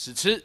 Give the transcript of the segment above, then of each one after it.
吃，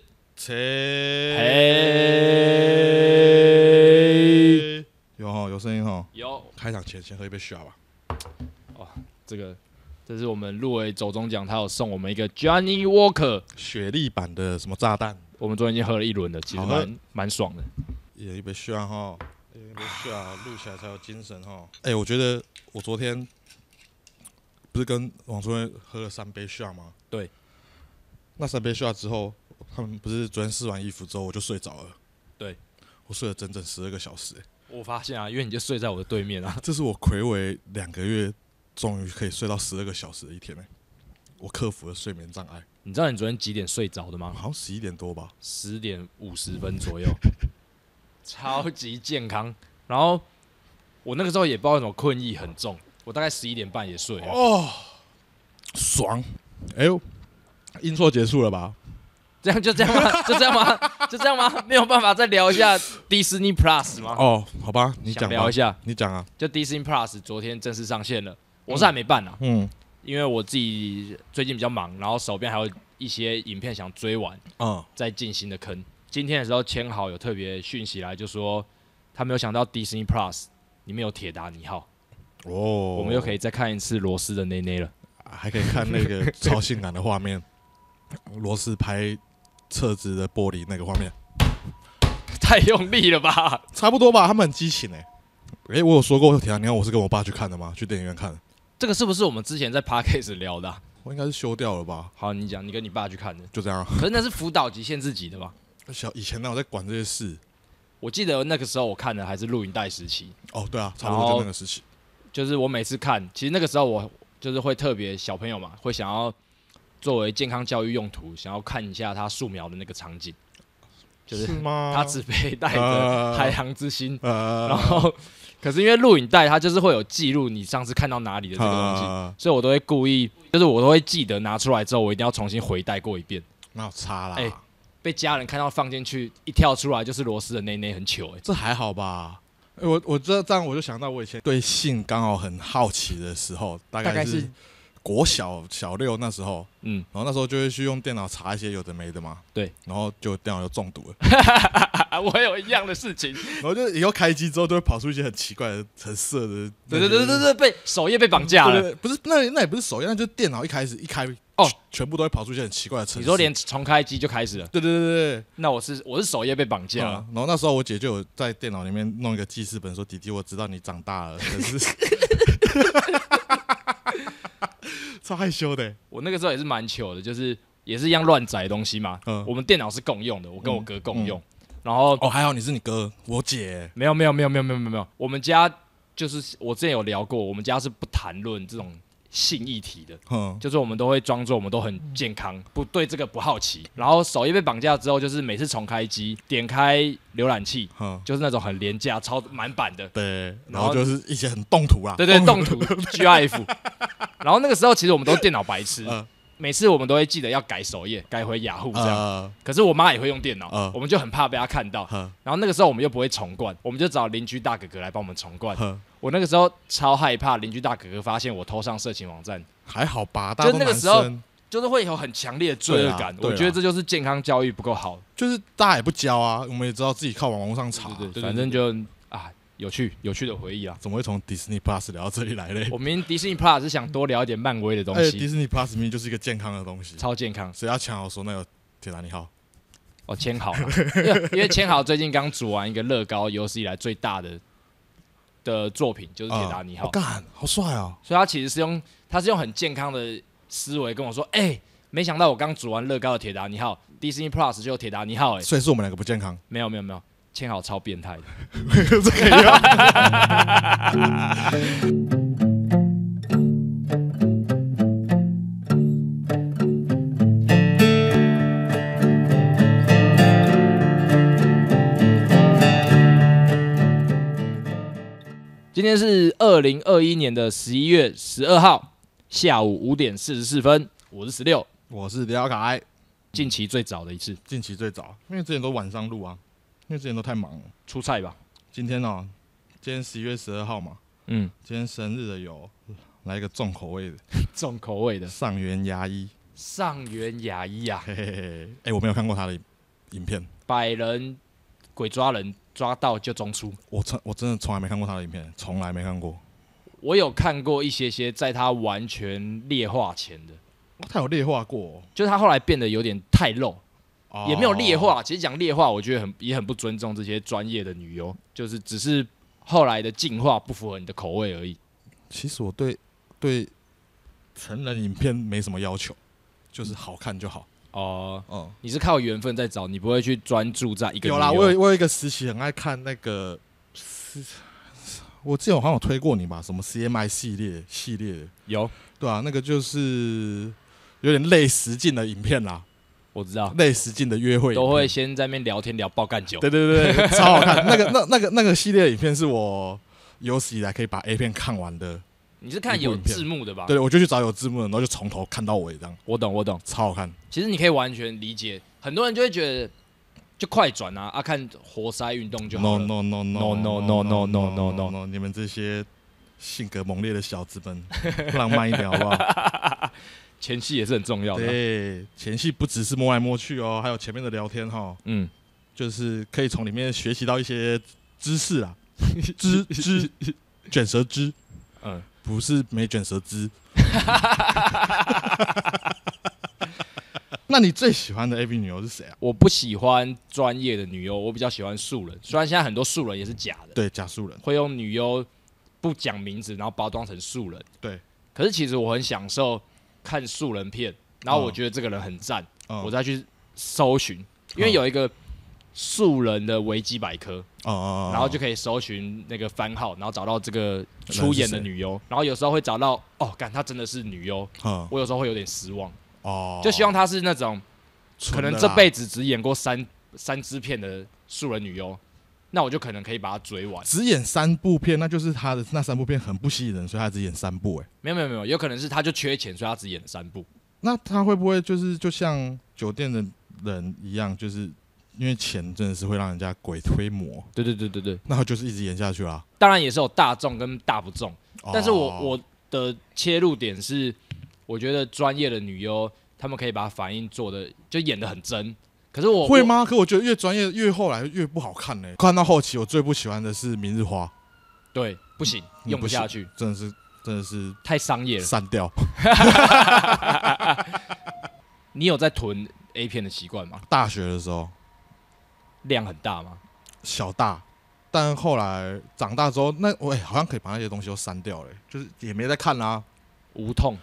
嘿，有声音哈， 有。 开场前先喝一杯 shot 吧。 哦，这是我们入围走中奖，他有送我们一个 Johnny Walker 雪莉版的什么炸弹？ 我们昨天已经喝了一轮了，其实蛮爽的。 也一杯 shot 哈，一杯 shot 录起来才有精神哈。我觉得我昨天不是跟王主任喝了3杯 shot 吗？ 对。 那3杯 shot 之后，他们不是昨天试完衣服之后我就睡着了。 对。 我睡了整整12个小时。 我发现啊，因为你就睡在我的对面啊。 这是我睽违2个月，终于可以睡到12个小时的一天我克服了睡眠障碍。 你知道你昨天几点睡着的吗？ 好像11点多吧 ，10点50分左右，超级健康。然后我那个时候也不知道为什么困意很重，我大概11点半也睡了。 哦，爽！音错结束了吧？ 就这样吗？就这样吗？没有办法再聊一下 Disney Plus 吗？ 哦，好吧，你讲吧。 聊一下， 你讲啊。 就 Disney Plus 昨天正式上线了，我是还没办啊。因为我自己最近比较忙，然后手边还有一些影片想追完，再进新的坑。今天的时候，千豪有特别讯息来，就说他没有想到 Disney Plus 里面有铁达尼号，我们又可以再看一次罗斯的内内了， 还可以看那个超性感的画面，罗斯拍车子的玻璃那个画面， 太用力了吧？ 差不多吧，他们很激情我有说过铁达尼号我是跟我爸去看的吗？去电影院看的。 这个是不是我们之前在 Podcast 聊的我应该是修掉了吧。 好，你讲，你跟你爸去看的， 就这样可是那是福岛级限制级的吧？ 以前哪有在管这些事？ 我记得那个时候我看的还是录影带时期。 对啊，差不多就那个时期。 就是我每次看，其实那个时候我就是会特别小朋友嘛，会想要作为健康教育用途，想要看一下他素描的那个场景，就是他纸杯带着海洋之心，然后可是因为录影带它就是会有记录你上次看到哪里的这个东西，所以我都会故意，就是我都会记得拿出来之后，我一定要重新回带过一遍。 那有差啦。 被家人看到放进去，一跳出来就是罗斯的内内，很糗这还好吧？我这样我就想到我以前对性刚好很好奇的时候，大概是国小6那时候，然后那时候就会去用电脑查一些有的没的嘛， 对， 然后就电脑就中毒了。 我有一样的事情， 然后就以后开机之后都会跑出一些很奇怪的、很色的， 对，被首页被绑架了。 不是，那也不是首页，那就是电脑一开全部都会跑出一些很奇怪的程式。 你说连重开机就开始了？ 对。 那我是首页被绑架了。 然后那时候我姐就有在电脑里面弄一个记事本，说弟弟，我知道你长大了，可是超害羞的。我那个时候也是蛮糗的，就是也是一样乱载的东西嘛。我们电脑是共用的，我跟我哥共用。然后还好你是你哥，我姐没有。我们家就是我之前有聊过，我们家是不谈论这种性议题的，就是我们都会装作我们都很健康，不对这个不好奇。然后首页被绑架之后，就是每次重开机，点开浏览器，就是那种很廉价、超满版的， 对，然后就是一些很动图啦， 对，动图 GIF。然后那个时候其实我们都是电脑白痴。每次我们都会记得要改首页，改回雅虎这样。可是我妈也会用电脑，我们就很怕被她看到。然后那个时候我们又不会重灌，我们就找邻居大哥哥来帮我们重灌。我那个时候超害怕邻居大哥哥发现我偷上色情网站。 还好吧，大家都男生，就那个时候就是会有很强烈的罪恶感。我觉得这就是健康教育不够好， 就是大家也不教啊，我们也知道自己靠网络上查。 对，反正就有趣的回忆啊！ 怎么会从 Disney Plus 聊到这里来嘞？ 我明明 Disney Plus 是想多聊一点漫威的东西。 Disney Plus 明明就是一个健康的东西， 超健康。 谁要签好说那个铁达尼号？ 签好了，因为签好最近刚组完一个乐高有史以来最大的作品，就是铁达尼号。 干，好帅啊！ 所以他其实是用很健康的思维跟我说，没想到我刚组完乐高的铁达尼号 ，Disney Plus 就有铁达尼号， 所以是我们两个不健康。 没有。签好超变态的， 这可以吗？ 今天是2021年的11月12号下午5点44分，我是16， 我是李小凯， 近期最早的一次， 因为之前都晚上录啊。因为之前都太忙了， 出菜吧。 今天11月12号嘛，今天生日的有来一个重口味的， 上元牙医， 上原雅一啊， 我没有看过他的影片。 百人鬼抓人，抓到就中出。 我真的从来没看过他的影片，从来没看过。 我有看过一些在他完全劣化前的。 他有劣化过， 就是他后来变得有点太露，也没有劣化。其实讲劣化，我觉得也很不尊重这些专业的女优，就是只是后来的进化不符合你的口味而已。 其实我对成人影片没什么要求，就是好看就好。 你是靠缘分在找，你不会去专注在一个。 有啦，我有一个时期很爱看那个，我之前好像有推过你吧，什么 CMI 系列有，对啊，那个就是有点类实境的影片啦。 我知道， 类实境的约会都会先在那边聊天聊爆干酒。 对，超好看。那个系列的影片是我有史以来可以把 A 片看完的。 你是看有字幕的吧？ 对，我就去找有字幕的，然后就从头看到尾这样。 我懂， 超好看。 其实你可以完全理解，很多人就会觉得就快转啊，看活塞运动就好了。No， 你们这些性格猛烈的小子们，浪漫一点好不好？ 前戏也是很重要的。 对，前戏不只是摸来摸去哦，还有前面的聊天哈。就是可以从里面学习到一些知识啦。卷舌枝。不是没卷舌枝。那你最喜欢的 AV 女优是谁啊？ 我不喜欢专业的女优，我比较喜欢素人。虽然现在很多素人也是假的， 对，假素人会用女优不讲名字，然后包装成素人。 对， 可是其实我很享受看素人片，然后我觉得这个人很赞，我再去搜寻，因为有一个素人的维基百科，然后就可以搜寻那个番号，然后找到这个出演的女优，然后有时候会找到干她真的是女优，我有时候会有点失望，就希望她是那种可能这辈子只演过三支片的素人女优，那我就可能可以把她追完。 只演3部片，那就是她的那3部片很不吸引人，所以她只演3部。 没有，有可能是她就缺钱，所以她只演了3部。 那她会不会就像酒店的人一样，就是因为钱真的是会让人家鬼推磨？ 对， 那他就是一直演下去啦。 当然也是有大众跟大不中，但是我的切入点是，我觉得专业的女优他们可以把反应做的就演得很真。可是会吗？可我觉得越专业越后来越不好看呢。看到后期，我最不喜欢的是明日花。 对，不行，用不下去， 真的是太商业了， 删掉。 你有在囤 A 片的习惯吗？ 大学的时候。 量很大吗？ 小大，但后来长大之后，好像可以把那些东西都删掉了，就是也没在看啦。 无痛，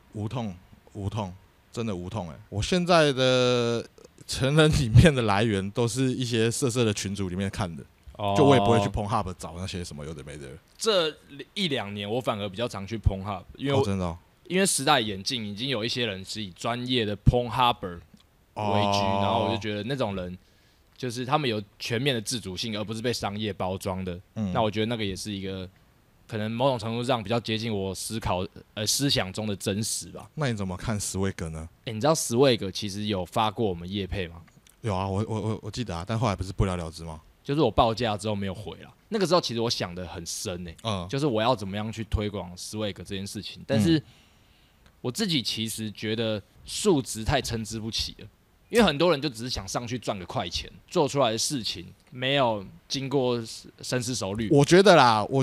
真的无痛我现在的成人影片的来源都是一些色的群组里面看的，就我也不会去 Pornhub 找那些什么有的没的。 这1-2年我反而比较常去 Pornhub， 因为真的因为时代演进，已经有一些人是以专业的 Pornhubber 为居，然后我就觉得那种人。就是他们有全面的自主性，而不是被商业包装的。那我觉得那个也是一个可能某种程度上比较接近我思想中的真实吧。 那你怎么看Swag呢？ 你知道Swag其实有发过我们业配吗？ 有啊，我记得啊，但后来不是不了了之吗？ 就是我报价之后没有回了。那个时候其实我想的很深就是我要怎么样去推广Swag这件事情。但是我自己其实觉得数值太参差不齐了。因为很多人就只是想上去赚个快钱，做出来的事情没有经过深思熟虑。我觉得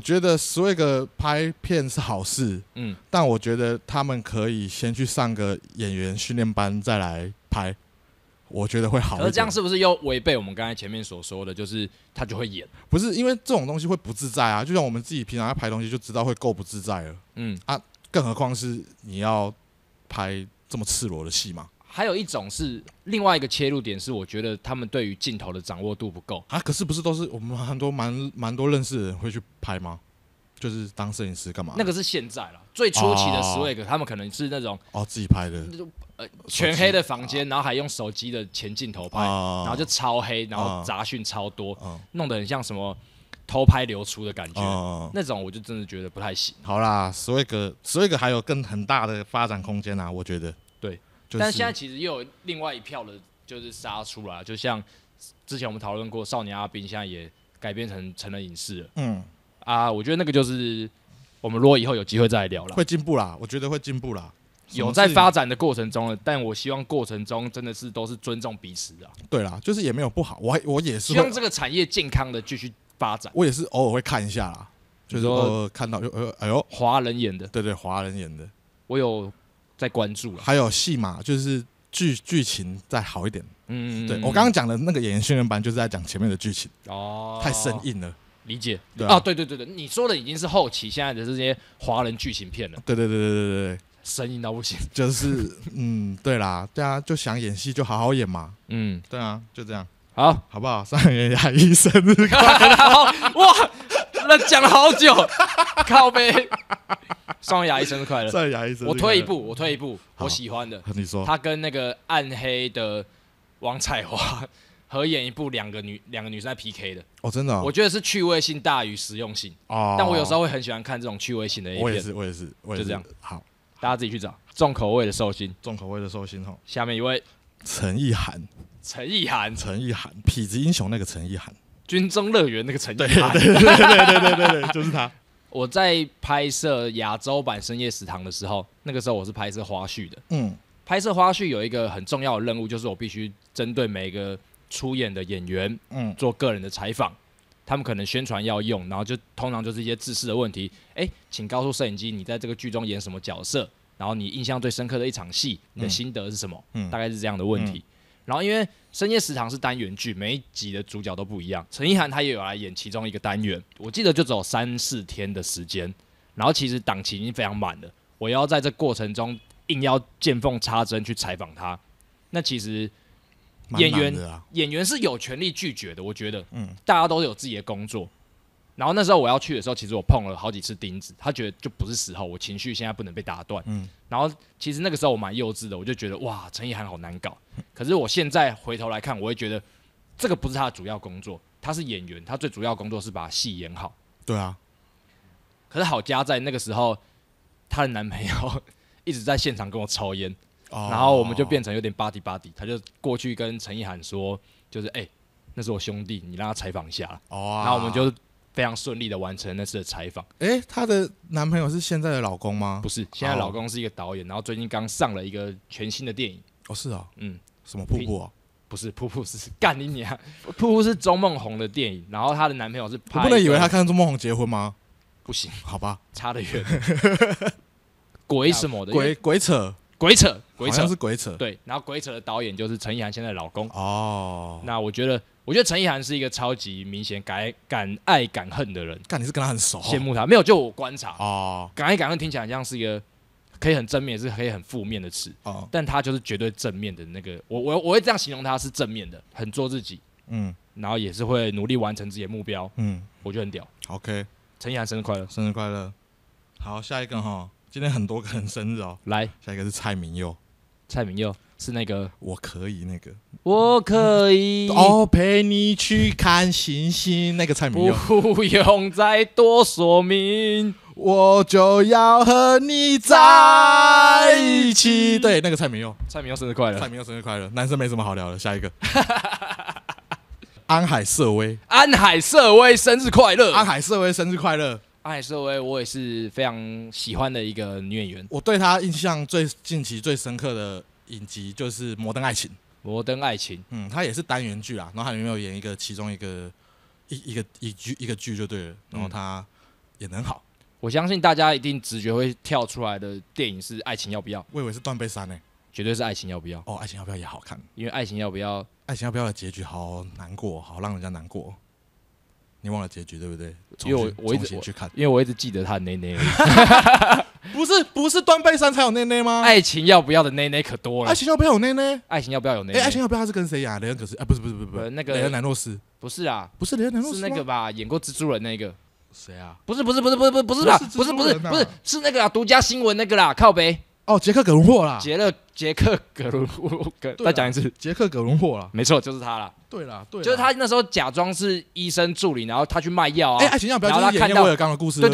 Swag 拍片是好事，但我觉得他们可以先去上个演员训练班再来拍，我觉得会好一点。 可是这样是不是又违背我们刚才前面所说的，就是他就会演？ 不是，因为这种东西会不自在啊，就像我们自己平常要拍东西就知道会够不自在了，更何况是你要拍这么赤裸的戏嘛。 还有一种是另外一个切入点，是我觉得他们对于镜头的掌握度不够啊。可是不是都是我们很多蛮多认识的人会去拍吗？就是当摄影师干嘛？ 那个是现在啦，最初期的 Swag 他们可能是那种自己拍的， 全黑的房间，然后还用手机的前镜头拍，然后就超黑，然后杂讯超多，弄得很像什么偷拍流出的感觉，那种我就真的觉得不太行。 好啦，Swag 还有更很大的发展空间啊，我觉得。 对。但现在其实又有另外一票的，就是杀出来，就像之前我们讨论过，少年阿兵现在也改编成了影视了。我觉得那个就是我们如果以后有机会再来聊了， 会进步啦，我觉得会进步啦。 有在发展的过程中了，但我希望过程中真的都是尊重彼此的。 对啦，就是也没有不好，我也是希望这个产业健康的继续发展。 我也是偶尔会看一下啦，就是偶尔看到哎呦， 华人演的， 对，华人演的，我有在关注了。 还有戏码，就是剧情再好一点。对我刚刚讲的那个演员训练班，就是在讲前面的剧情太生硬了。 理解对，你说的已经是后期现在的这些华人剧情片了。 对， 生硬到不行。 就是对啦，大家就想演戏就好好演嘛。对啊，就这样，好不好？上元雅一生日快乐！ 哇，那讲了好久，靠北。上元雅一生日快乐！ 上元雅一生日快乐！ 我退一步，我喜欢的。 你说， 他跟那个暗黑的王彩华合演一部两个女生在 PK 的。 真的。 我觉得是趣味性大于实用性。但我有时候会很喜欢看这种趣味性的 A 片。 我也是， 就这样。 好， 大家自己去找重口味的寿星。下面一位， 陈意涵，痞子英雄那个陈意涵， 军中乐园那个陈意涵。 对，就是他。 我在拍摄亚洲版深夜食堂的时候，那个时候我是拍摄花絮的。拍摄花絮有一个很重要的任务，就是我必须针对每个出演的演员，做个人的采访。他们可能宣传要用，然后通常就是一些制式的问题。请告诉摄影机你在这个剧中演什么角色，然后你印象最深刻的一场戏，你的心得是什么？大概是这样的问题。然后因为深夜食堂是单元剧，每一集的主角都不一样。陈意涵他也有来演其中一个单元，我记得就只有3-4天的时间。然后其实档期已经非常满了，我要在这过程中硬要见缝插针去采访他。那其实演员是有权利拒绝的，我觉得，大家都有自己的工作。然后那时候我要去的时候，其实我碰了好几次钉子，他觉得就不是时候，我情绪现在不能被打断。然后其实那个时候我蛮幼稚的，我就觉得哇，陈意涵好难搞。可是我现在回头来看，我会觉得这个不是他的主要工作，他是演员，他最主要工作是把戏演好。 对啊。 可是好家在那个时候，她的男朋友一直在现场跟我抽烟。然后我们就变成有点 buddy， 他就过去跟陈意涵说，就是那是我兄弟，你让他采访一下。然后我们就非常顺利的完成那次的采访。 她的男朋友是现在的老公吗？ 不是，现在老公是一个导演，然后最近刚上了一个全新的电影。 是啊。什么瀑布啊？ 不是，瀑布是干你娘！瀑布是钟孟宏的电影，然后她的男朋友是拍。 我不能以为他看钟孟宏结婚吗？ 不行， 好吧， 差得远。鬼什么的？ 鬼扯。 好像是鬼扯。 对，然后鬼扯的导演就是陈意涵现在的老公。那我觉得陈意涵是一个超级明显敢爱敢恨的人。 你是跟他很熟？ 羡慕他？没有，就我观察。敢爱敢恨听起来像是一个可以很正面，也是可以很负面的词。但他就是绝对正面的那个。我会这样形容他是正面的，很做自己。然后也是会努力完成自己的目标。我觉得很屌。 OK， 陈意涵生日快乐！ 生日快乐！好，下一个哈。今天很多个人生日哦， 来， 下一个是蔡明佑。 蔡明佑是那个我可以那个， 我可以陪你去看星星那个蔡明佑， 不用再多说明， 我就要和你在一起。对，那个蔡明佑生日快乐！ 蔡明佑生日快乐！男生没什么好聊的，下一个。安海瑟薇生日快乐！ 安海瑟薇生日快乐！ 安海瑟薇，我也是非常喜欢的一个女演员。 我对她印象近期最深刻的影集就是《摩登爱情》。 摩登爱情， 她也是单元剧啦，然后她里面有演其中一个剧就对了，然后她演得很好。 我相信大家一定直觉会跳出来的电影是《爱情要不要》。 我以为是《断背山》呢， 绝对是《爱情要不要》。 爱情要不要也好看， 因为《爱情要不要》 的结局好难过，好让人家难过。你忘了结局对不对？ 因为我一直去看，因为我一直记得他的内内。 不是断背山才有内内吗？ 爱情要不要的内内可多了。 爱情要不要有内内？ 爱情要不要有内内？ 爱情要不要他是跟谁演？雷恩可是不是那个雷恩南诺斯不是啊， 不是雷恩南诺斯是那个吧？演过蜘蛛人那个谁啊？ 不是啦，不是是那个独家新闻那个啦，靠北。 杰克·葛伦霍啦， 杰克·葛伦霍，再讲一次， 杰克·葛伦霍啦， 没错，就是他啦。 对啦， 就是他那时候假装是医生助理，然后他去卖药啊。 爱情要不要？然后他看到威尔刚的故事，对。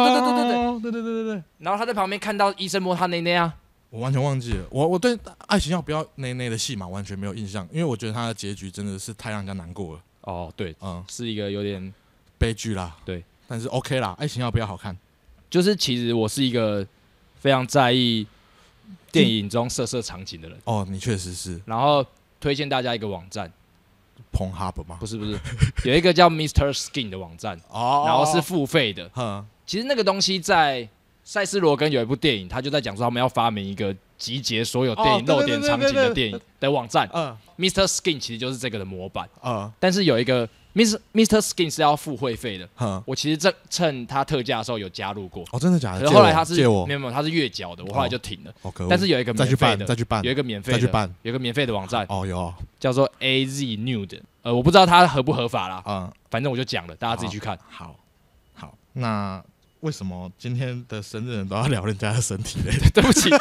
然后他在旁边看到医生摸他内内啊。 我完全忘记了，我对爱情要不要内内的戏码完全没有印象，因为我觉得他的结局真的是太让人家难过了。 对，是一个有点悲剧啦。 对， 但是 OK 啦，爱情要不要好看？ 就是其实我是一个非常在意电影中色色场景的人。 哦，你确实是。 然后推荐大家一个网站 ，Pornhub 吗？ 不是，有一个叫 Mr. Skin 的网站，然后是付费的。其实那个东西在塞斯罗根有一部电影，他就在讲说他们要发明一个集结所有电影漏点场景的电影的网站。Mr. Skin 其实就是这个的模板。但是有一个 Mr. Skin 是要付会费的。我其实趁他特价的时候有加入过。 哦，真的假的？ 可是后来他是没有，他是月缴的，我后来就停了。但是有一个免费的， 再去办， 有一个免费的，有一个免费的网站。 哦，有叫做 AZ Nude。我不知道它合不合法啦。反正我就讲了，大家自己去看。 好，那为什么今天的生日人都要聊人家的身体嘞？ 对不起，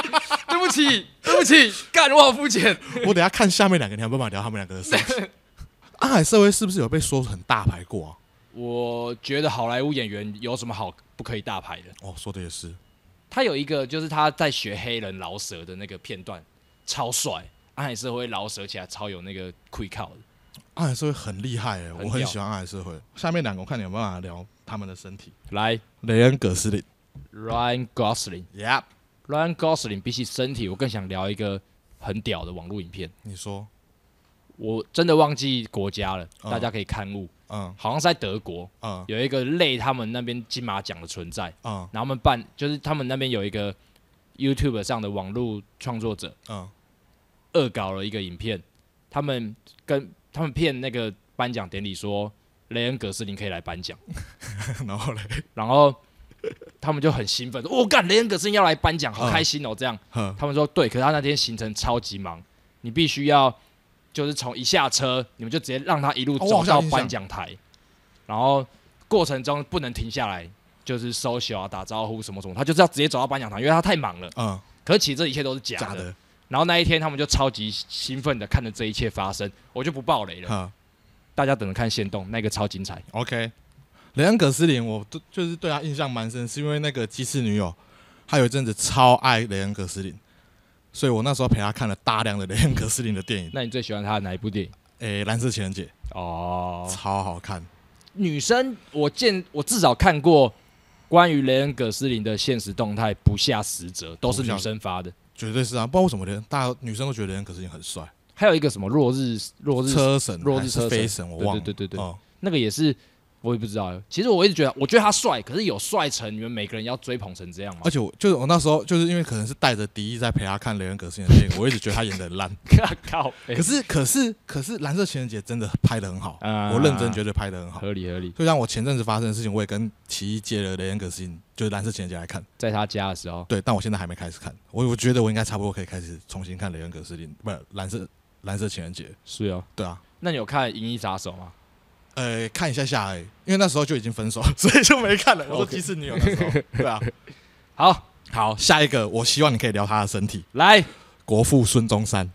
干我好肤浅。 我等一下看下面两个，你有办法聊他们两个的身体？安海瑟薇是不是有被说很大牌过啊？ 我觉得好莱坞演员有什么好不可以大牌的？ 哦，说的也是。 他有一个就是他在学黑人饶舌的那个片段，超帅。安海瑟薇饶舌起来超有那个气口的。 安海瑟薇很厉害哎，我很喜欢安海瑟薇。下面两个我看你有办法聊他们的身体。 来， 雷恩·葛斯林 ，Ryan Gosling。Ryan Gosling 比起身体，我更想聊一个很屌的网络影片。 你说？我真的忘记国家了，大家可以勘误。好像是在德国。有一个类他们那边金马奖的存在。然后他们就是他们那边有一个 YouTube 上的网络创作者。恶搞了一个影片，他们骗那个颁奖典礼说雷恩·葛斯林可以来颁奖。然后他们就很兴奋，干雷恩·葛斯林要来颁奖，好开心哦！这样，他们说对，可是他那天行程超级忙，你必须要就是从一下车，你们就直接让他一路走到颁奖台，然后过程中不能停下来，就是 social 打招呼什么什么，他就是要直接走到颁奖台，因为他太忙了。可是其实这一切都是假的。然后那一天他们就超级兴奋的看着这一切发生，我就不爆雷了。大家等着看限动，那个超精彩。 OK， 雷恩·葛斯林，我就是对他印象蛮深，是因为那个鸡翅女友，他有一阵子超爱雷恩·葛斯林，所以我那时候陪他看了大量的雷恩·葛斯林的电影。 那你最喜欢他的哪一部电影？ 蓝色情人节。超好看。女生， 我至少看过关于雷恩·葛斯林的现实动态不下10则，都是女生发的。 绝对是啊，不知道为什么大家女生都觉得雷恩·葛斯林很帅。 还有一个什么落日车神，落日飞神，我忘了。 对，那个也是，我也不知道。其实我一直觉得，我觉得他帅，可是有帅成你们每个人要追捧成这样吗？ 而且我那时候就是因为可能是带着敌意在陪他看雷恩·葛斯林的电影，我一直觉得他演得很烂。 靠！ 可是蓝色情人节真的拍得很好，我认真觉得拍得很好， 合理。 就像我前阵子发生的事情，我也跟奇艺借了雷恩·葛斯林，就是蓝色情人节来看， 在他家的时候。 对，但我现在还没开始看，我觉得我应该差不多可以开始重新看雷恩·葛斯林，不是蓝色情人节。是哦， 对啊。 那你有看《银翼杀手》吗？ 看一下而已，因为那时候就已经分手，所以就没看了。我说鸡翅女友那时候，对啊。好，下一个，我希望你可以聊他的身体。 来， 国父孙中山，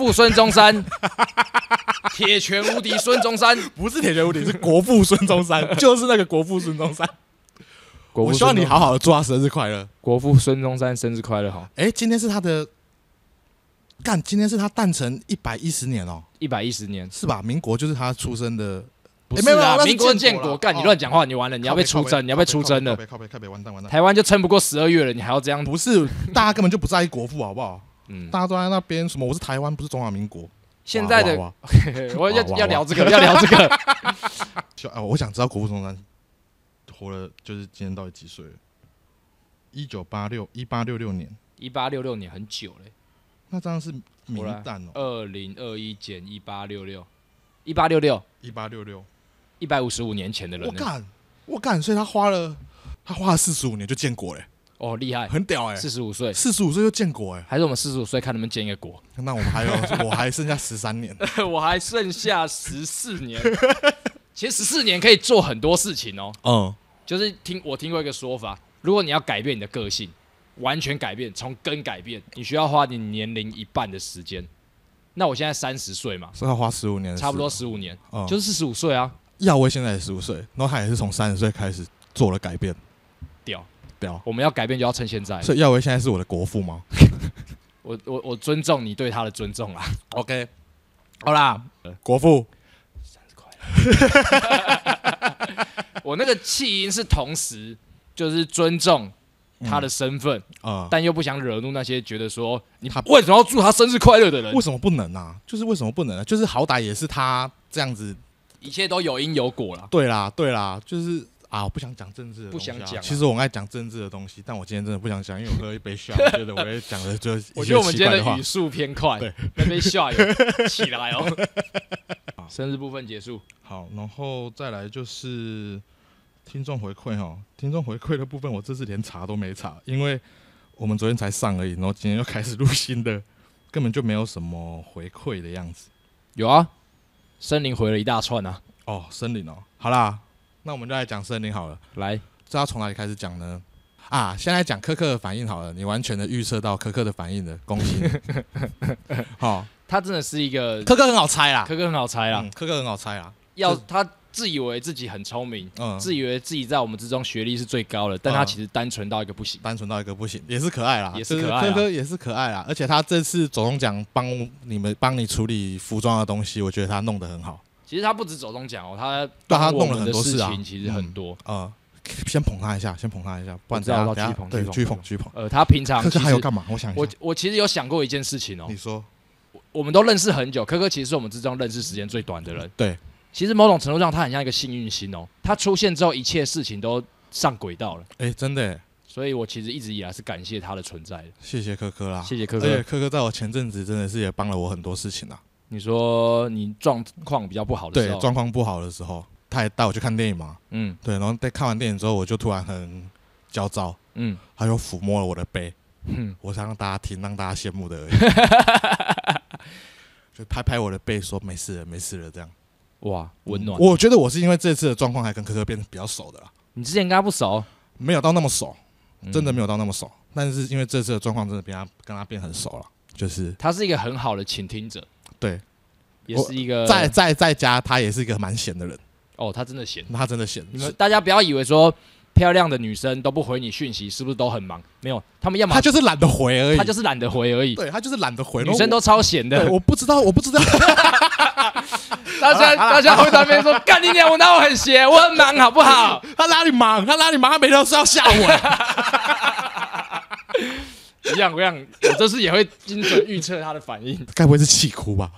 铁拳无敌孙中山， 不是铁拳无敌，是国父孙中山，就是那个国父孙中山。我希望你好好的祝他生日快乐。 国父孙中山生日快乐，好。 今天是他的。今天是他诞辰110年哦 ，110年是吧？民国就是他出生的， 不是啊，民国建国。干，你乱讲话，你完了，你要被出征，了。 完蛋！ 台湾就撑不过12月了，你还要这样？ 不是，大家根本就不在意国父，好不好？大家都在那边什么？我是台湾，不是中华民国。 现在的我要聊这个， 我想知道国父孙中山活了，就是今年到底几岁了？1866年 ，1866年很久嘞。 那这样是明旦哦，2021减1866，155年前的人。 我干，所以他花了45年就建国嘞。 哦，厉害， 很屌 45岁就建国还是我们45岁看能不能建一个国？ 那我还剩下13年， 我还剩下14年。其实14年可以做很多事情哦。就是我听过一个说法，如果你要改变你的个性。完全改变，从根改变，你需要花你年龄一半的时间。那我现在30岁嘛， 所以要花15年， 差不多15年，就是45岁啊。 耀威现在也15岁，然后他也是从30岁开始做了改变。 屌！我们要改变就要趁现在。 所以耀威现在是我的国父吗？ 我尊重你对他的尊重啊。 OK， 好啦，国父 ，30块。我那个气音是同时就是尊重。 他的身份，但又不想惹怒那些觉得说你为什么要祝他生日快乐的人？ 为什么不能啊？就是为什么不能呢？就是好歹也是他这样子， 一切都有因有果啦。 对啦，就是我不想讲政治的东西， 不想讲。 其实我爱讲政治的东西，但我今天真的不想讲，因为我喝一杯shot，我觉得我会讲的就我觉得我们今天的语速偏快，那杯shot有起来哦。生日部分结束， 好，然后再来就是听众回馈哈，听众回馈的部分我这次连查都没查，因为我们昨天才上而已，然后今天又开始录新的，根本就没有什么回馈的样子。 有啊，森林回了一大串啊。 哦，森林哦，好啦，那我们就来讲森林好了。 来， 这要从哪里开始讲呢？先来讲科克的反应好了，你完全的预测到科克的反应的，恭喜你。好。 他真的是一个科克很好猜啦， 科克很好猜啦， 科克很好猜啦。 他自以为自己很聪明，自以为自己在我们之中学历是最高的，但他其实单纯到一个不行， 也是可爱啦， 也是可爱， 科克也是可爱啦。而且他这次走中奖帮你处理服装的东西，我觉得他弄得很好。 其实他不止走中奖哦， 他弄了很多事情，其实很多。 先捧他一下，不然要巨捧。 他平常科克还有干嘛？我想一下， 我其实有想过一件事情哦。 你说。 我们都认识很久，科科其实是我们之中认识时间最短的人。 对， 其实某种程度上，他很像一个幸运星哦。他出现之后，一切事情都上轨道了。 真的。 所以我其实一直以来是感谢他的存在的。 谢谢科科啦， 谢谢科科。 而且科科在我前阵子真的是也帮了我很多事情啦。 你说你状况比较不好的时候， 对，状况不好的时候，他也带我去看电影嘛。对，然后在看完电影之后，我就突然很焦躁。他就抚摸了我的背。我想让大家听，让大家羡慕的而已。就拍拍我的背，说没事了，这样。 哇，温暖。 我觉得我是因为这次的状况，还跟科科变得比较熟的啦。 你之前跟他不熟？ 没有到那么熟，真的没有到那么熟。但是因为这次的状况，真的跟他变很熟了。就是他是一个很好的倾听者， 对， 也是一个在家，他也是一个蛮闲的人。 哦，他真的闲， 你们大家不要以为说漂亮的女生都不回你讯息，是不是都很忙？没有，他们要么他就是懒得回而已。 对， 他就是懒得回。 女生都超闲的。 我不知道。 大家会在那边说：“干你娘！我哪有很闲？我很忙，好不好？” 他哪里忙？他每天都是要吓我。 一样，我这次也会精准预测他的反应。 该不会是气哭吧？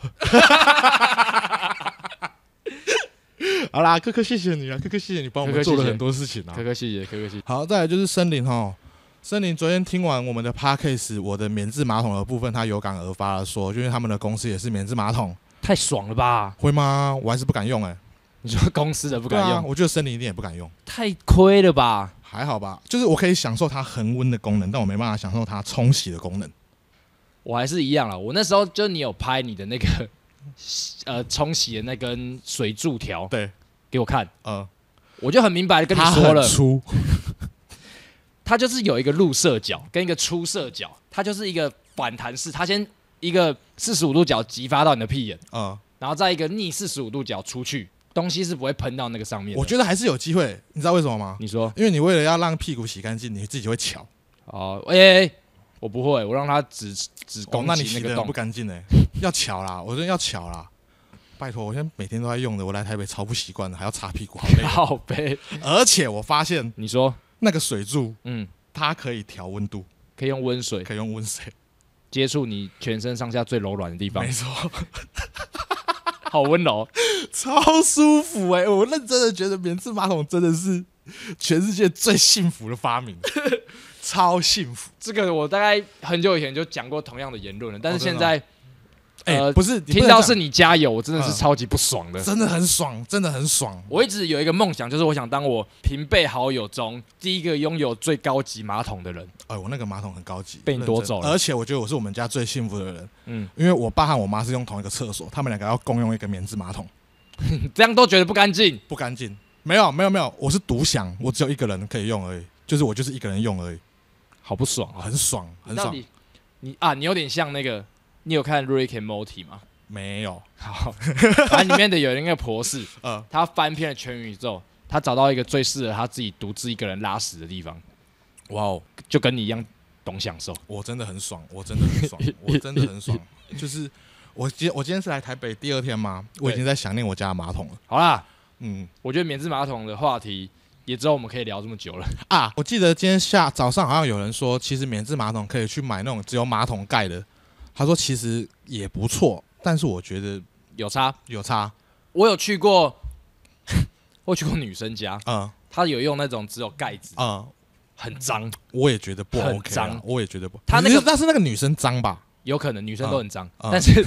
好啦，科科谢谢你啊，科科谢谢你帮我们做了很多事情啊， 科科谢谢。 好，再来就是森林哈，森林昨天听完我们的 podcast， 我的免治马桶的部分，他有感而发了说，因为他们的公司也是免治马桶， 太爽了吧？ 会吗？我还是不敢用你说公司的不敢用？ 我觉得森林一定也不敢用， 太亏了吧？ 还好吧，就是我可以享受它恒温的功能，但我没办法享受它冲洗的功能。 我还是一样啦，我那时候就你有拍你的那个冲洗的那根水柱条， 对， 给我看，我就很明白的跟你说了， 它很粗， 它就是有一个入射角跟一个出射角，它就是一个反弹式，它先一个45度角击发到你的屁眼，然后再一个逆45度角出去，东西是不会喷到那个上面的。 我觉得还是有机会，你知道为什么吗？ 你说， 因为你为了要让屁股洗干净，你自己会翘。 我不会，我让它只攻击那个洞， 不干净要翘啦，我真的要翘啦。拜托，我现在每天都在用的，我来台北超不习惯的，还要擦屁股，好累。 好悲。 而且我发现， 你说那个水柱，它可以调温度， 可以用温水，接触你全身上下最柔软的地方。 没错， 好温柔， 超舒服我认真的觉得免治马桶真的是全世界最幸福的发明。超幸福， 这个我大概很久以前就讲过同样的言论了，但是现在， 不是听到是你加油，我真的是超级不爽的， 真的很爽，真的很爽。 我一直有一个梦想，就是我想当我平辈好友中第一个拥有最高级马桶的人。 我那个马桶很高级， 被你夺走了， 而且我觉得我是我们家最幸福的人，因为我爸和我妈是用同一个厕所，他们两个要共用一个免治马桶， 这样都觉得不干净？ 不干净？没有，我是独享，我只有一个人可以用而已，就是我就是一个人用而已。 好不爽啊！ 很爽，很爽。 你有点像那个，你有看《Rick and Morty》吗？ 没有。 好，反正里面的有一个博士，他翻遍了全宇宙，他找到一个最适合他自己独自一个人拉屎的地方。哇哦，就跟你一样懂享受。 我真的很爽，我真的很爽。就是我今天是来台北第2天嘛，我已经在想念我家的马桶了。 好啦，我觉得免治马桶的话题也知道我们可以聊这么久了啊！我记得今天早上好像有人说，其实免治马桶可以去买那种只有马桶盖的。他说其实也不错，但是我觉得有差。 我有去过女生家，他有用那种只有盖子，很脏。 我也觉得不 OK， 脏， 我也觉得不。 他但是那个女生脏吧？ 有可能女生都很脏，但是，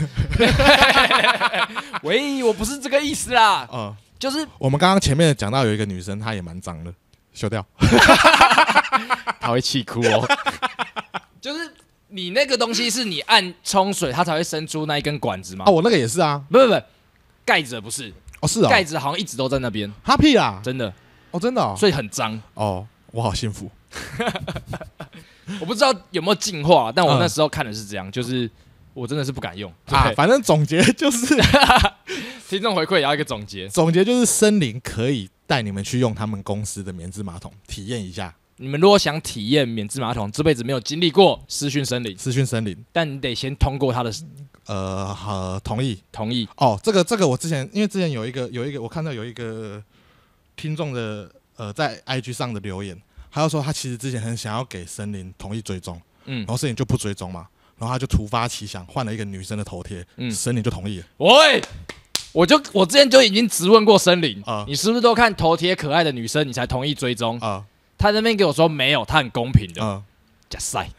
喂，我不是这个意思啦。就是我们刚刚前面讲到有一个女生，她也蛮脏的，修掉。 她会气哭哦。就是你那个东西是你按冲水，它才会伸出那一根管子吗？ 我那个也是啊。 不，盖子不是。 是哦。 盖子好像一直都在那边。 哈屁啦！ 真的。 真的。 所以很脏。 我好幸福。 我不知道有没有进化，但我那时候看的是这样，就是我真的是不敢用反正总结就是听众回馈也要一个总结就是森林可以带你们去用他们公司的免治马桶体验一下。 你们如果想体验免治马桶，这辈子没有经历过，私讯森林，但你得先通过他的同意。这个我之前有一个我看到有一个听众的在 IG 上的留言。他就说他其实之前很想要给森林同意追踪，然后森林就不追踪嘛，然后他就突发奇想换了一个女生的头贴，森林就同意了。 喂，我之前就已经质问过森林，你是不是都看头贴可爱的女生你才同意追踪？他那边给我说没有，他很公平的。假赛。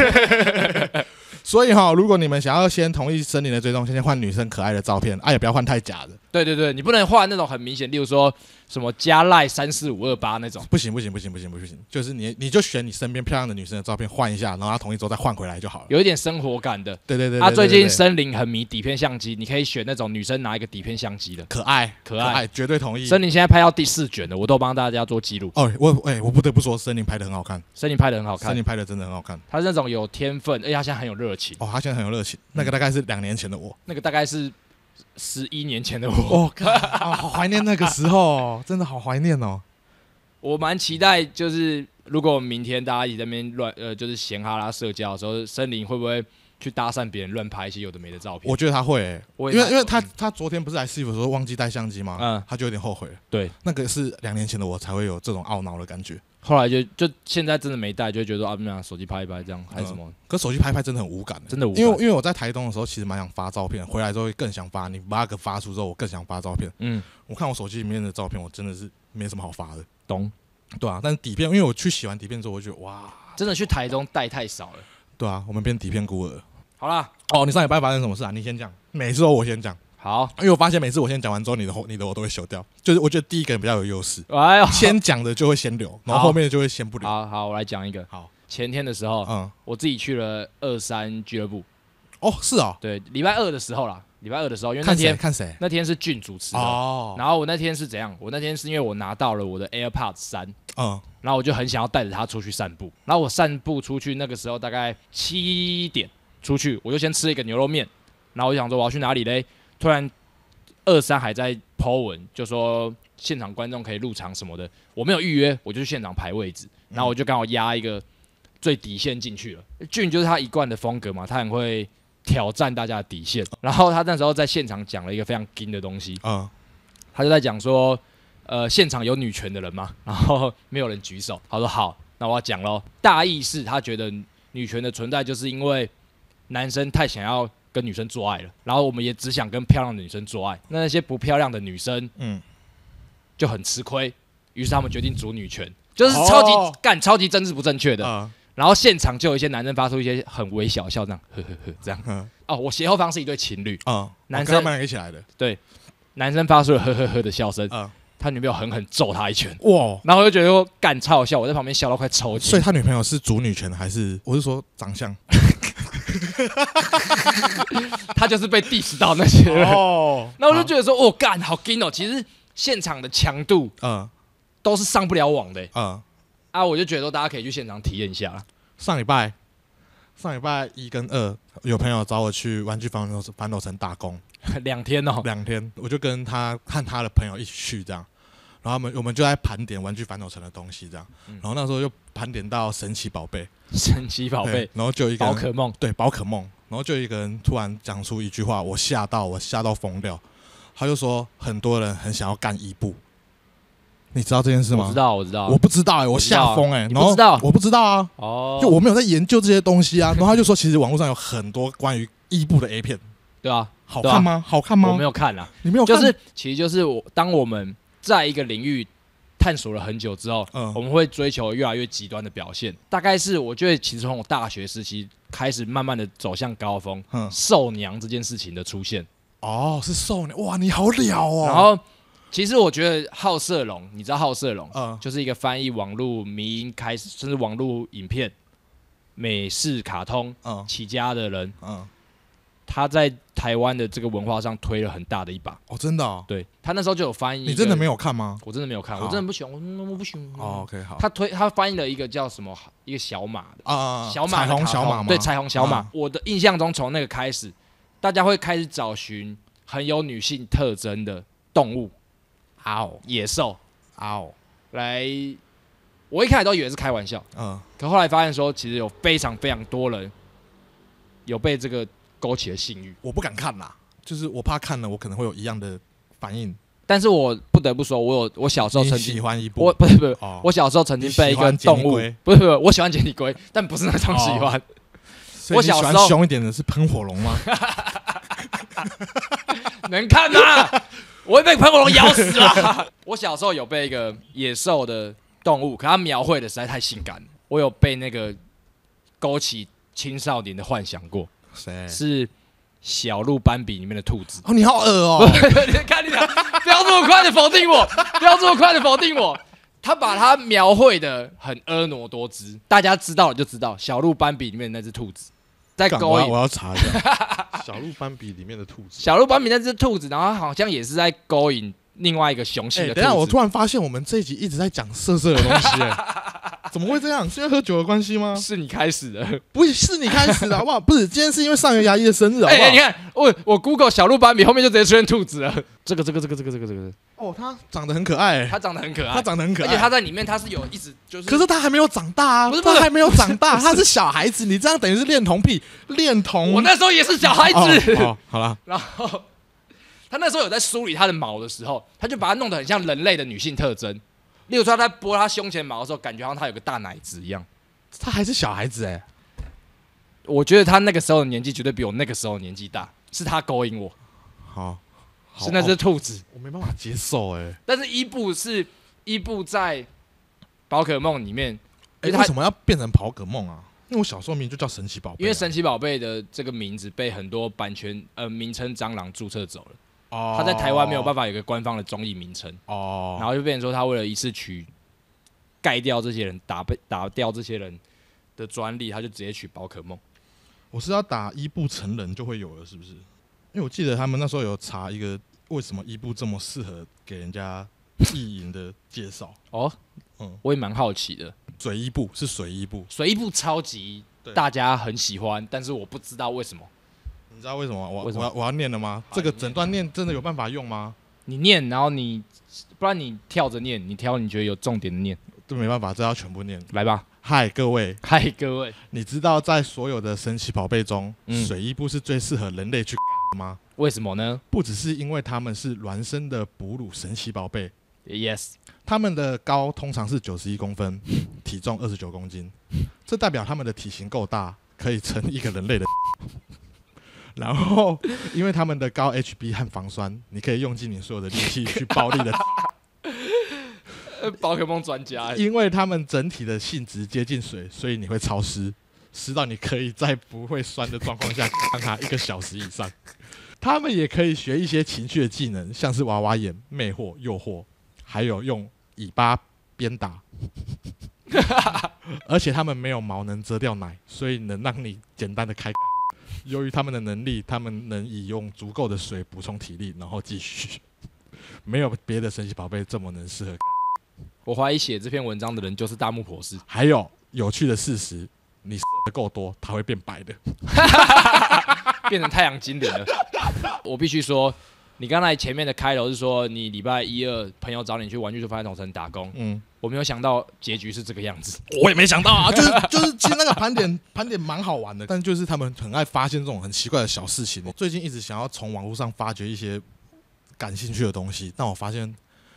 所以如果你们想要先同意森林的追踪，先换女生可爱的照片，也不要换太假的。 对，你不能换那种很明显，例如说什么加赖34528那种。 不行，就是你就选你身边漂亮的女生的照片换一下，然后她同意之后再换回来就好了。 有一点生活感的。 对。 最近森林很迷底片相机，你可以选那种女生拿一个底片相机的， 可爱，绝对同意。 森林现在拍到第4卷了，我都帮大家做记录。 我不得不说，森林拍的很好看。 森林拍的真的很好看。他是那种有天分，而且他现在很有热情。 他现在很有热情。那个大概是2年前的我， 那个大概是11年前的我。 好怀念那个时候，真的好怀念哦。 我蛮期待，就是如果明天大家一起在那边就是闲哈拉社交的时候，森林会不会去搭讪别人，乱拍一些有的没的照片？ 我觉得他会因为他昨天不是来师傅说忘记带相机吗？他就有点后悔了。 对， 那个是2年前的我才会有这种懊恼的感觉。 后来就现在真的没带，就会觉得拿手机拍一拍这样，还是什么？ 可手机拍真的很无感， 真的无感。 因为我在台东的时候，其实蛮想发照片，回来之后更想发。你把那个发出之后，我更想发照片。我看我手机里面的照片，我真的是没什么好发的。 懂？ 对啊，但是底片，因为我去洗完底片之后，我就觉得哇， 真的去台东带太少了。 对啊，我们变底片孤儿。 好啦， 你上礼拜发生什么事啊？你先讲，每次都我先讲。 好， 因为我发现每次我先讲完之后，你的我都会修掉，就是我觉得第一个人比较有优势，先讲的就会先留，然后后面的就会先不留。 好，我来讲一个。 好， 前天的时候，我自己去了23俱乐部。 是哦。 对，礼拜二的时候啦，因为看谁？ 那天是俊主持的。然后我那天是怎样？我那天是因为我拿到了我的 AirPods 3，然后我就很想要带着它出去散步。然后我散步出去，那个时候大概7点出去，我就先吃了一个牛肉面，然后我就想说我要去哪里嘞？突然23还在 po 文，就说现场观众可以入场什么的，我没有预约，我就去现场排位置，然后我就刚好压一个最底线进去了。俊就是他一贯的风格嘛，他很会挑战大家的底线。然后他那时候在现场讲了一个非常硬的东西，他就在讲说，现场有女权的人嘛，然后没有人举手。他说好，那我要讲咯。大意是他觉得女权的存在就是因为男生太想要跟女生做爱了，然后我们也只想跟漂亮的女生做爱，那些不漂亮的女生，就很吃亏，于是他们决定主女权，就是超级政治不正确的。然后现场就有一些男生发出一些很微小笑，这样呵呵呵这样。我斜后方是一对情侣，男生他们一起来的， 对，男生发出了呵呵呵的笑声，他女朋友狠狠揍他一拳，哇！然后我就觉得说干超好笑，我在旁边笑到快抽筋。 所以他女朋友是主女权还是？我是说长相。 他就是被 diss 到那些人，那我就觉得说，干好劲哦！其实现场的强度，都是上不了网的，我就觉得说大家可以去现场体验一下啦。 上礼拜1跟2，有朋友找我去玩具反斗城打工 ，2天哦 ，2天，我就跟他和他的朋友一起去这样，然后我们就在盘点玩具反斗城的东西这样，然后那时候就盘点到神奇宝贝， 然后就有一个宝可梦， 对，宝可梦，然后就有一个人突然讲出一句话，我吓到疯掉，他就说很多人很想要干伊布， 你知道这件事吗？ 我知道，我知道。 我不知道我吓疯你不知道？ 我不知道啊。哦，就我没有在研究这些东西啊。然后他就说，其实网络上有很多关于伊布的 A 片。 对啊， 好看吗？好看吗？ 我没有看啊。 你没有看？ 其实就是当我们在一个领域探索了很久之后，我们会追求越来越极端的表现。大概是我觉得，其实从我大学时期开始，慢慢的走向高峰。兽娘这件事情的出现。 哦，是兽娘，哇，你好了哦。 然后。其实我觉得好色龙，你知道好色龙，就是一个翻译网络迷因开始，甚至网络影片、美式卡通起家的人，他在台湾的这个文化上推了很大的一把。 哦，真的哦。 对，他那时候就有翻译。 你真的没有看吗？ 我真的没有看，我真的不喜欢，我不喜欢。 哦 ，OK， 好。 他翻译了一个叫什么，一个小马的小马， 彩虹小马吗？ 对，彩虹小马。我的印象中，从那个开始，大家会开始找寻很有女性特征的动物。野兽来，我一开始都以为是开玩笑，可后来发现说，其实有非常非常多人有被这个勾起了性欲。 我不敢看啦，就是我怕看了我可能会有一样的反应。 但是我不得不说，我小时候曾经喜欢一部， 不是，我小时候曾经被一个动物，不是，我喜欢杰尼龟，但不是那种喜欢。 我小时候凶一点的是喷火龙吗？ 能看吗？我会被喷火龙咬死了。我小时候有被一个野兽的动物，可它描绘的实在太性感了，我有被那个勾起青少年的幻想过。 谁？ 是小鹿斑比里面的兔子。 哦，你好恶哦！ 你看，不要这么快的否定我，不要这么快的否定我。他把它描绘的很婀娜多姿，大家知道了就知道，小鹿斑比里面的那只兔子。在勾引， 我要查一下小鹿斑比里面的兔子。 小鹿斑比那只兔子，然后好像也是在勾引另外一个雄性的兔子。 等一下，我突然发现我们这一集一直在讲色的东西，怎么会这样？是因为喝酒的关系吗？ 是你开始的， 不是你开始的，好不好？不是，今天是因为上元牙医的生日，好不好？ 你看，我 Google 小鹿斑比后面就直接出现兔子了。这个。 哦，它长得很可爱， 它长得很可爱， 而且它在里面它是有一直就是， 可是它还没有长大啊，不是，它还没有长大，它是小孩子，你这样等于是恋童癖，恋童。 我那时候也是小孩子， 好了， 然后他那时候有在梳理他的毛的时候，他就把它弄得很像人类的女性特征，例如说他在拨他胸前毛的时候，感觉好像他有个大奶子一样。 他还是小孩子我觉得他那个时候的年纪绝对比我那个时候的年纪大，是他勾引我。 好。 是那只兔子， 我没办法接受但是伊布在宝可梦里面， 为什么要变成宝可梦啊？因为我小时候名就叫神奇宝贝， 因为神奇宝贝的这个名字被很多版权名称蟑螂注册走了。他在台湾没有办法有个官方的中译名称。然后就变成说他为了一次盖掉这些人，打掉这些人的专利，他就直接取宝可梦。 我是要打伊布成人就会有了，是不是？因为我记得他们那时候有查一个为什么伊布这么适合给人家意淫的介绍。 我也蛮好奇的。 水伊布是水伊布， 水伊布超级大家很喜欢，但是我不知道为什么。 你知道为什么？我要念了吗？这个整段念真的有办法用吗？ 你念，然后不然你跳着念，你挑你觉得有重点的念。 这没办法，这要全部念。 来吧。 嗨，各位！你知道在所有的神奇宝贝中，水伊布是最适合人类去的吗？ 为什么呢？ 不只是因为他们是孪生的哺乳神奇宝贝 ，Yes， 他们的高通常是91公分，体重29公斤，这代表他们的体型够大，可以撑一个人类的。然后，因为他们的高 HB 和防酸，你可以用尽你所有的力气去暴力的。 宝可梦专家， 因为他们整体的性质接近水，所以你会潮湿到你可以在不会酸的状况下看它1个小时以上。他们也可以学一些情绪的技能，像是娃娃眼、魅惑、诱惑，还有用尾巴鞭打。而且他们没有毛能遮掉奶，所以能让你简单的开。由于他们的能力，他们能以用足够的水补充体力，然后继续。没有别的神奇宝贝这么能适合。 我怀疑写这篇文章的人就是大木婆氏。 还有有趣的事实，你的够多，它会变白的， 变成太阳精灵了。我必须说，你刚才前面的开头是说你礼拜1、2朋友找你去玩具发展城打工，我没有想到结局是这个样子。 我也没想到啊，就是其实那个盘点蛮好玩的，但就是他们很爱发现这种很奇怪的小事情。我最近一直想要从网络上发掘一些感兴趣的东西，但我发现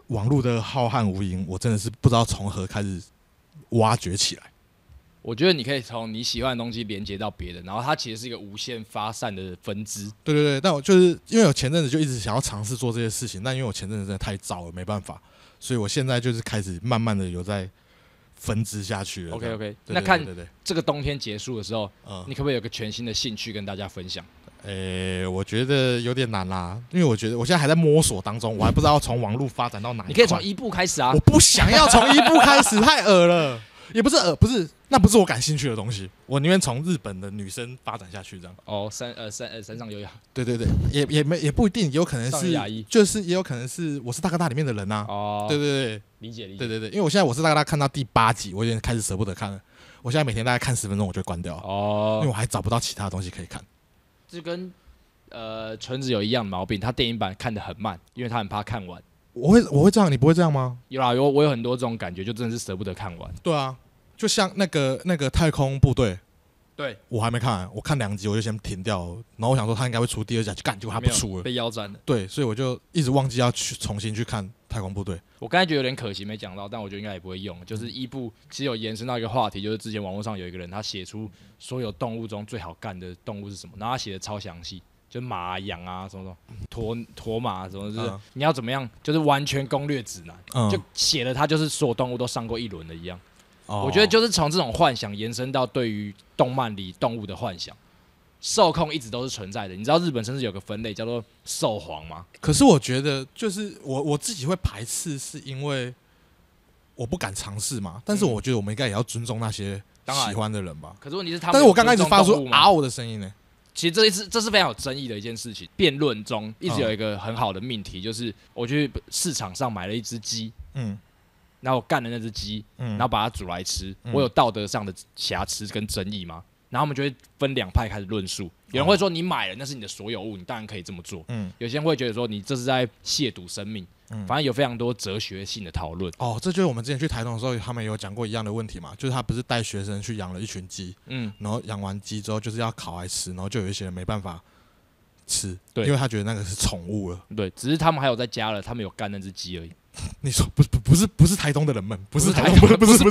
网络的浩瀚无垠，我真的是不知道从何开始挖掘起来。 我觉得你可以从你喜欢的东西连接到别的，然后它其实是一个无限发散的分支。 对对对，但我就是因为我前阵子就一直想要尝试做这些事情，但因为我前阵子真的太燥了，没办法，所以我现在就是开始慢慢的有在分支下去了。 OK， 那看这个冬天结束的时候，你可不可以有个全新的兴趣跟大家分享？ 我觉得有点难啦，因为我觉得我现在还在摸索当中，我还不知道从网络发展到哪一块。 你可以从伊布开始啊！ 我不想要从伊布开始，太恶了。也不是不是，那不是我感兴趣的东西。我宁愿从日本的女生发展下去，这样。 哦，山上优雅。 对对对，也不一定，有可能是就是也有可能是我是大哥大里面的人啊。 哦， 对对对， 理解。 对对对，因为我现在我是大哥大看到第8集，我有点开始舍不得看了。我现在每天大概看10分钟，我就关掉了。哦，因为我还找不到其他东西可以看。 就跟纯子有一样的毛病，他电影版看得很慢，因为他很怕看完。 我会这样，你不会这样吗？ 有啦，我有很多这种感觉，就真的是舍不得看完。 对啊，就像那个太空部队， 对我还没看完，我看2集我就先停掉了，然后我想说他应该会出第2集，结果他不出了， 被腰斩了。 对，所以我就一直忘记要去重新去看太空部队。 我刚才觉得有点可惜没讲到，但我觉得应该也不会用。就是伊布其实有延伸到一个话题，就是之前网络上有一个人他写出所有动物中最好干的动物是什么，然后他写的超详细。就马、羊啊，什么驼马什么，就是你要怎么样，就是完全攻略指南，就写了它就是所有动物都上过一轮的一样。我觉得就是从这种幻想延伸到对于动漫里动物的幻想，受控一直都是存在的。你知道日本甚至有个分类叫做兽皇吗？ 可是我觉得就是我自己会排斥，是因为我不敢尝试嘛。但是我觉得我们应该也要尊重那些喜欢的人吧。 可是问题是他们， 但是我刚开始发出嗷嗷的声音呢。 其实这是非常有争议的一件事情。辩论中一直有一个很好的命题，就是我去市场上买了一只鸡，然后我干了那只鸡，然后把它煮来吃，我有道德上的瑕疵跟争议吗？然后我们就会分2派开始论述。有人会说你买了那是你的所有物，你当然可以这么做。有些人会觉得说你这是在亵渎生命。反正有非常多哲学性的讨论。 哦，这就是我们之前去台东的时候，他们有讲过一样的问题嘛，就是他不是带学生去养了一群鸡，然后养完鸡之后就是要烤来吃，然后就有一些人没办法吃，对，因为他觉得那个是宠物了。 对，只是他们还有在加了，他们有干那只鸡而已。 你说不是台东的人们，不是台东，不是，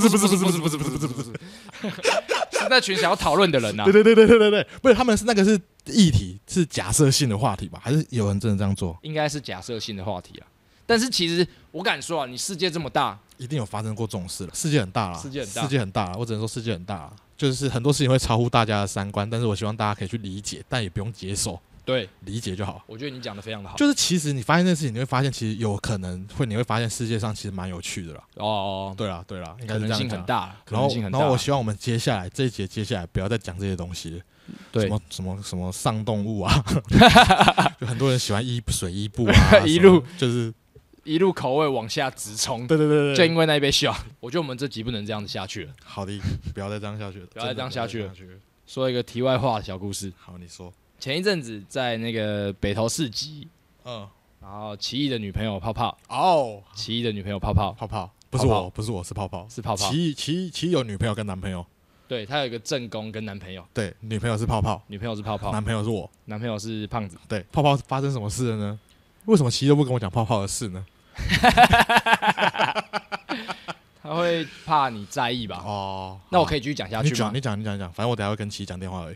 是那群想要讨论的人呐。 对，不是他们是那个是议题，是假设性的话题吧？还是有人真的这样做？ 应该是假设性的话题啊。但是其实我敢说啊，你世界这么大， 一定有发生过这种事了。世界很大啦， 世界很大啦，我只能说世界很大啦，就是很多事情会超乎大家的三观，但是我希望大家可以去理解，但也不用接受。 对， 理解就好。 我觉得你讲的非常的好。 就是其实你发现这件事情，你会发现其实有可能你会发现世界上其实蛮有趣的啦。哦，对啦，应该是这样讲。可能性很大，然后我希望我们这一节接下来不要再讲这些东西了。对，什么上动物啊，就很多人喜欢水伊布啊， 一路口味往下直冲， 对， 就因为那一杯笑，我觉得我们这集不能这样子下去了。 好的，不要再这样下去了， 不要再这样下去了。说一个题外话的小故事。 好，你说。 前一阵子在那个北投市集，然后奇异的女朋友泡泡，奇异的女朋友泡泡， 不是我是泡泡， 是泡泡。 奇异有女朋友跟男朋友， 对他有一个正宫跟男朋友， 对，女朋友是泡泡， 男朋友是我，男朋友是胖子， 对，泡泡发生什么事了呢？为什么奇异都不跟我讲泡泡的事呢？ 他会怕你在意吧？哦，那我可以继续讲下去吗？ 你讲，反正我等一下会跟奇异讲电话而已。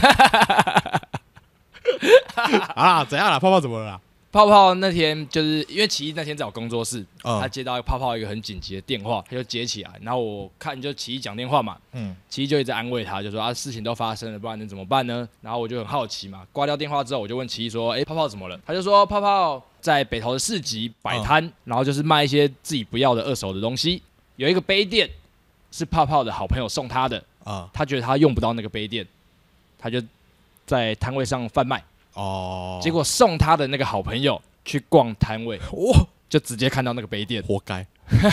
啊，怎样啦？泡泡怎么了啦？ 泡泡那天就是因为奇异那天在我工作室，他接到泡泡一个很紧急的电话，他就接起来，然后我看就奇异讲电话嘛，奇异就一直安慰他，就说事情都发生了，不然能怎么办呢？然后我就很好奇嘛，挂掉电话之后，我就问奇异说，泡泡怎么了？他就说泡泡在北投的市集摆摊，然后就是卖一些自己不要的二手的东西，有一个杯垫是泡泡的好朋友送他的，他觉得他用不到那个杯垫，他就在摊位上贩卖。结果送他的那个好朋友去逛摊位，就直接看到那个杯垫， 活该，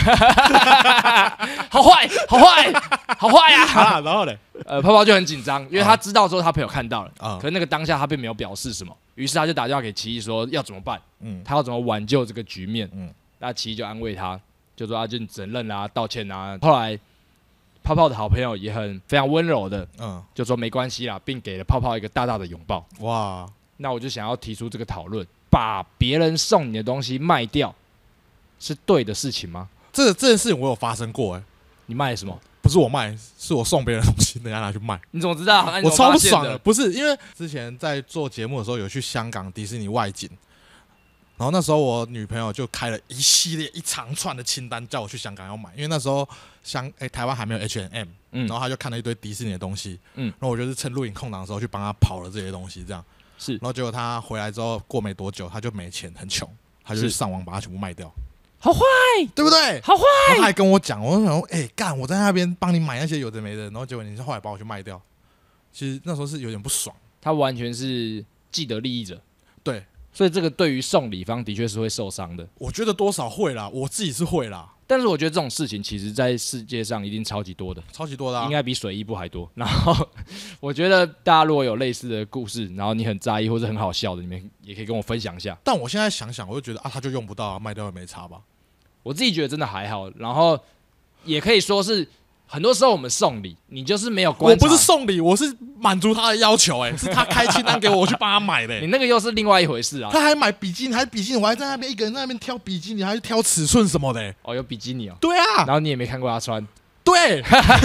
好坏呀！ 然后呢， 泡泡就很紧张，因为他知道之后他朋友看到了，可是那个当下他并没有表示什么，于是他就打电话给奇异说要怎么办，他要怎么挽救这个局面，那奇异就安慰他，就说就你只能认啦，道歉啊。后来泡泡的好朋友也非常温柔的，就说没关系啦，并给了泡泡一个大大的拥抱。哇！那我就想要提出这个讨论：把别人送你的东西卖掉， 是对的事情吗？ 这件事情我有发生过你卖什么？ 不是我卖，是我送别人的东西，人家拿去卖。 你怎么知道？ 我超不爽的，不是因为之前在做节目的时候有去香港迪士尼外景，然后那时候我女朋友就开了一长串的清单，叫我去香港要买，因为那时候台湾还没有 H&M，然后她就看了一堆迪士尼的东西，然后我就是趁录影空档的时候去帮她跑了这些东西，这样是，然后结果她回来之后过没多久，她就没钱，很穷，她就去上网把它全部卖掉。 好坏， 对不对？ 好坏。 然后他还跟我讲，我就想说，干，我在那边帮你买那些有的没的，然后结果你后来把我去卖掉，其实那时候是有点不爽。 他完全是既得利益者， 对， 所以这个对于送礼方的确是会受伤的。 我觉得多少会啦，我自己是会啦。 但是我觉得这种事情，其实在世界上一定超级多的， 超级多的， 应该比水衣部还多。然后我觉得大家如果有类似的故事，然后你很在意或者很好笑的，你们也可以跟我分享一下。 但我现在想想，我就觉得他就用不到，卖掉也没差吧。 我自己觉得真的还好，然后也可以说是很多时候我们送礼，你就是没有观察。 我不是送礼，我是满足他的要求，是他开清单给我，我去帮他买的。 你那个又是另外一回事啊。 他还买比基尼，我还在那边一个人在那边挑比基尼，还是挑尺寸什么的。 有比基尼哦。 对啊。 然后你也没看过他穿。 对。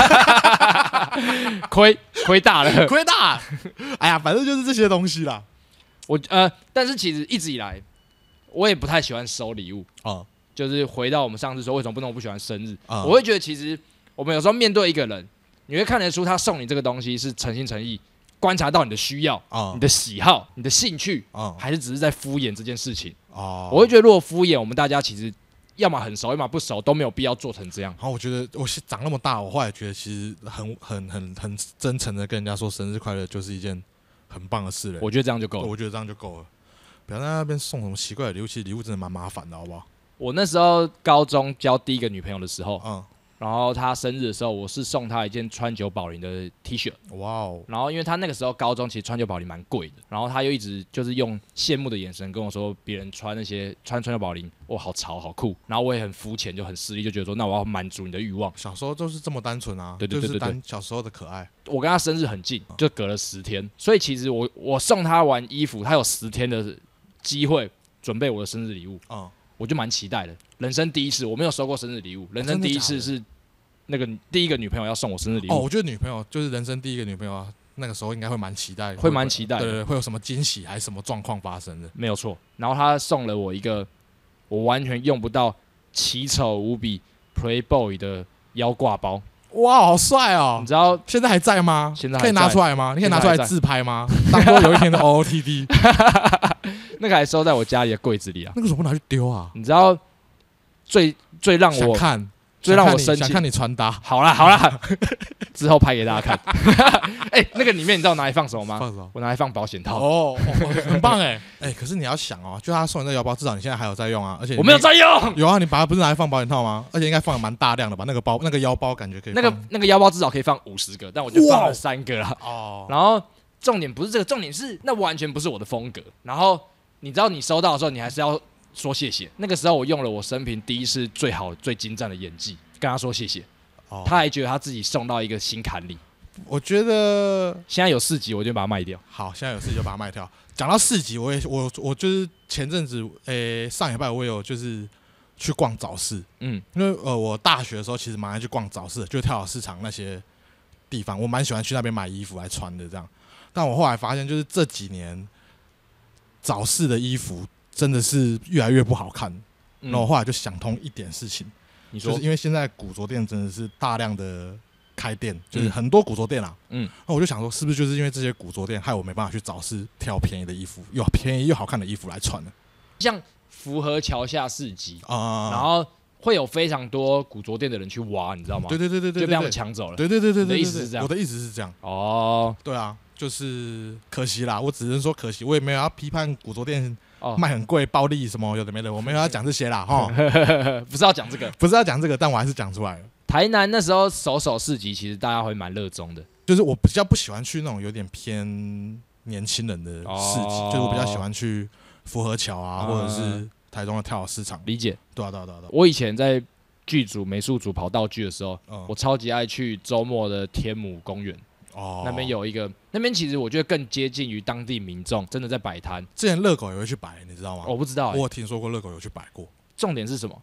亏大了， 亏大。哎呀，反正就是这些东西啦。 但是其实一直以来，我也不太喜欢收礼物就是回到我们上次说为什么不喜欢生日，我会觉得其实我们有时候面对一个人，你会看得出他送你这个东西是诚心诚意，观察到你的需要、你的喜好、你的兴趣，还是只是在敷衍这件事情。我会觉得如果敷衍，我们大家其实要么很熟，要么不熟，都没有必要做成这样。 然后我觉得我长那么大，我后来觉得其实很真诚的跟人家说生日快乐，就是一件很棒的事了。 我觉得这样就够了。 我觉得这样就够了，不要在那边送什么奇怪的礼物，其实礼物真的蛮麻烦的，好不好？ 我那时候高中交第一个女朋友的时候，然后她生日的时候，我是送她一件川久保玲的 T 恤。哇哦！然后因为她那个时候高中，其实川久保玲蛮贵的，然后她又一直就是用羡慕的眼神跟我说，别人穿那些川久保玲，哇，好潮好酷。然后我也很肤浅，就很势利，就觉得说，那我要满足你的欲望。 小时候就是这么单纯啊， 对， 就是小时候的可爱。 我跟她生日很近，就隔了10天，所以其实我送她完衣服，她有10天的机会准备我的生日礼物。我就蛮期待的，人生第一次，我没有收过生日礼物，人生第一次是那个第一个女朋友要送我生日礼物。 我觉得女朋友就是人生第一个女朋友，那个时候应该会蛮期待， 会蛮期待的， 对，会有什么惊喜还是什么状况发生的， 没有错。然后她送了我一个我完全用不到、奇丑无比 Playboy 的腰挂包。 哇，好帅哦！ 你知道现在还在吗？ 现在可以拿出来吗？你可以拿出来自拍吗？当做有一天的 OOTD。 那个还收在我家里的柜子里啊。 那个怎么不拿去丢啊？ 你知道最让我最让我生气， 想看你穿搭。 好啦，之后拍给大家看。那个里面你知道我拿来放什么吗？ 放什么？ 我拿来放保险套。 很棒可是你要想就他送你这个腰包，至少你现在还有在用啊，而且我没有在用。 有啊，你把它不是拿来放保险套吗？而且应该放的蛮大量的吧？那个腰包感觉可以放。 那个腰包至少可以放50个，但我就放了3个啦。然后重点不是这个，重点是那完全不是我的风格。然后你知道你收到的时候，你还是要说谢谢。那个时候我用了我生平第一次最好最精湛的演技跟他说谢谢。他还觉得他自己送到一个心坎里。 我觉得现在有4集，我就把它卖掉。 好，现在有4集就把它卖掉。讲到4集，我就是前阵子上礼拜我有就是去逛早市，因为我大学的时候其实蛮爱去逛早市，就是跳蚤市场那些地方，我蛮喜欢去那边买衣服来穿的这样。但我后来发现，就是这几年早市的衣服真的是越来越不好看。然后我后来就想通一点事情，你说，就是因为现在古着店真的是大量的开店，就是很多古着店啦。那我就想说，是不是就是因为这些古着店，害我没办法去早市挑便宜的衣服，又便宜又好看的衣服来穿呢？ 像福和桥下市集然后会有非常多古着店的人去挖，你知道吗？ 对， 就被他们抢走了。 对， 你的意思是这样？ 我的意思是这样。对啊，就是可惜啦，我只能说可惜，我也没有要批判古着店卖很贵、暴利什么有的没的，我没有要讲这些啦， 不是要讲这个， 不是要讲这个，但我还是讲出来了。 台南那时候手市集，其实大家会蛮热衷的。 就是我比较不喜欢去那种有点偏年轻人的市集，就是我比较喜欢去福和桥啊，或者是台中的跳蚤市场。 理解。 对。 我以前在剧组、美术组跑道具的时候，我超级爱去周末的天母公园。那边有一个，那边其实我觉得更接近于当地民众真的在摆摊。 之前热狗也会去摆，你知道吗？ 我不知道， 我有听说过热狗有去摆过。 重点是什么？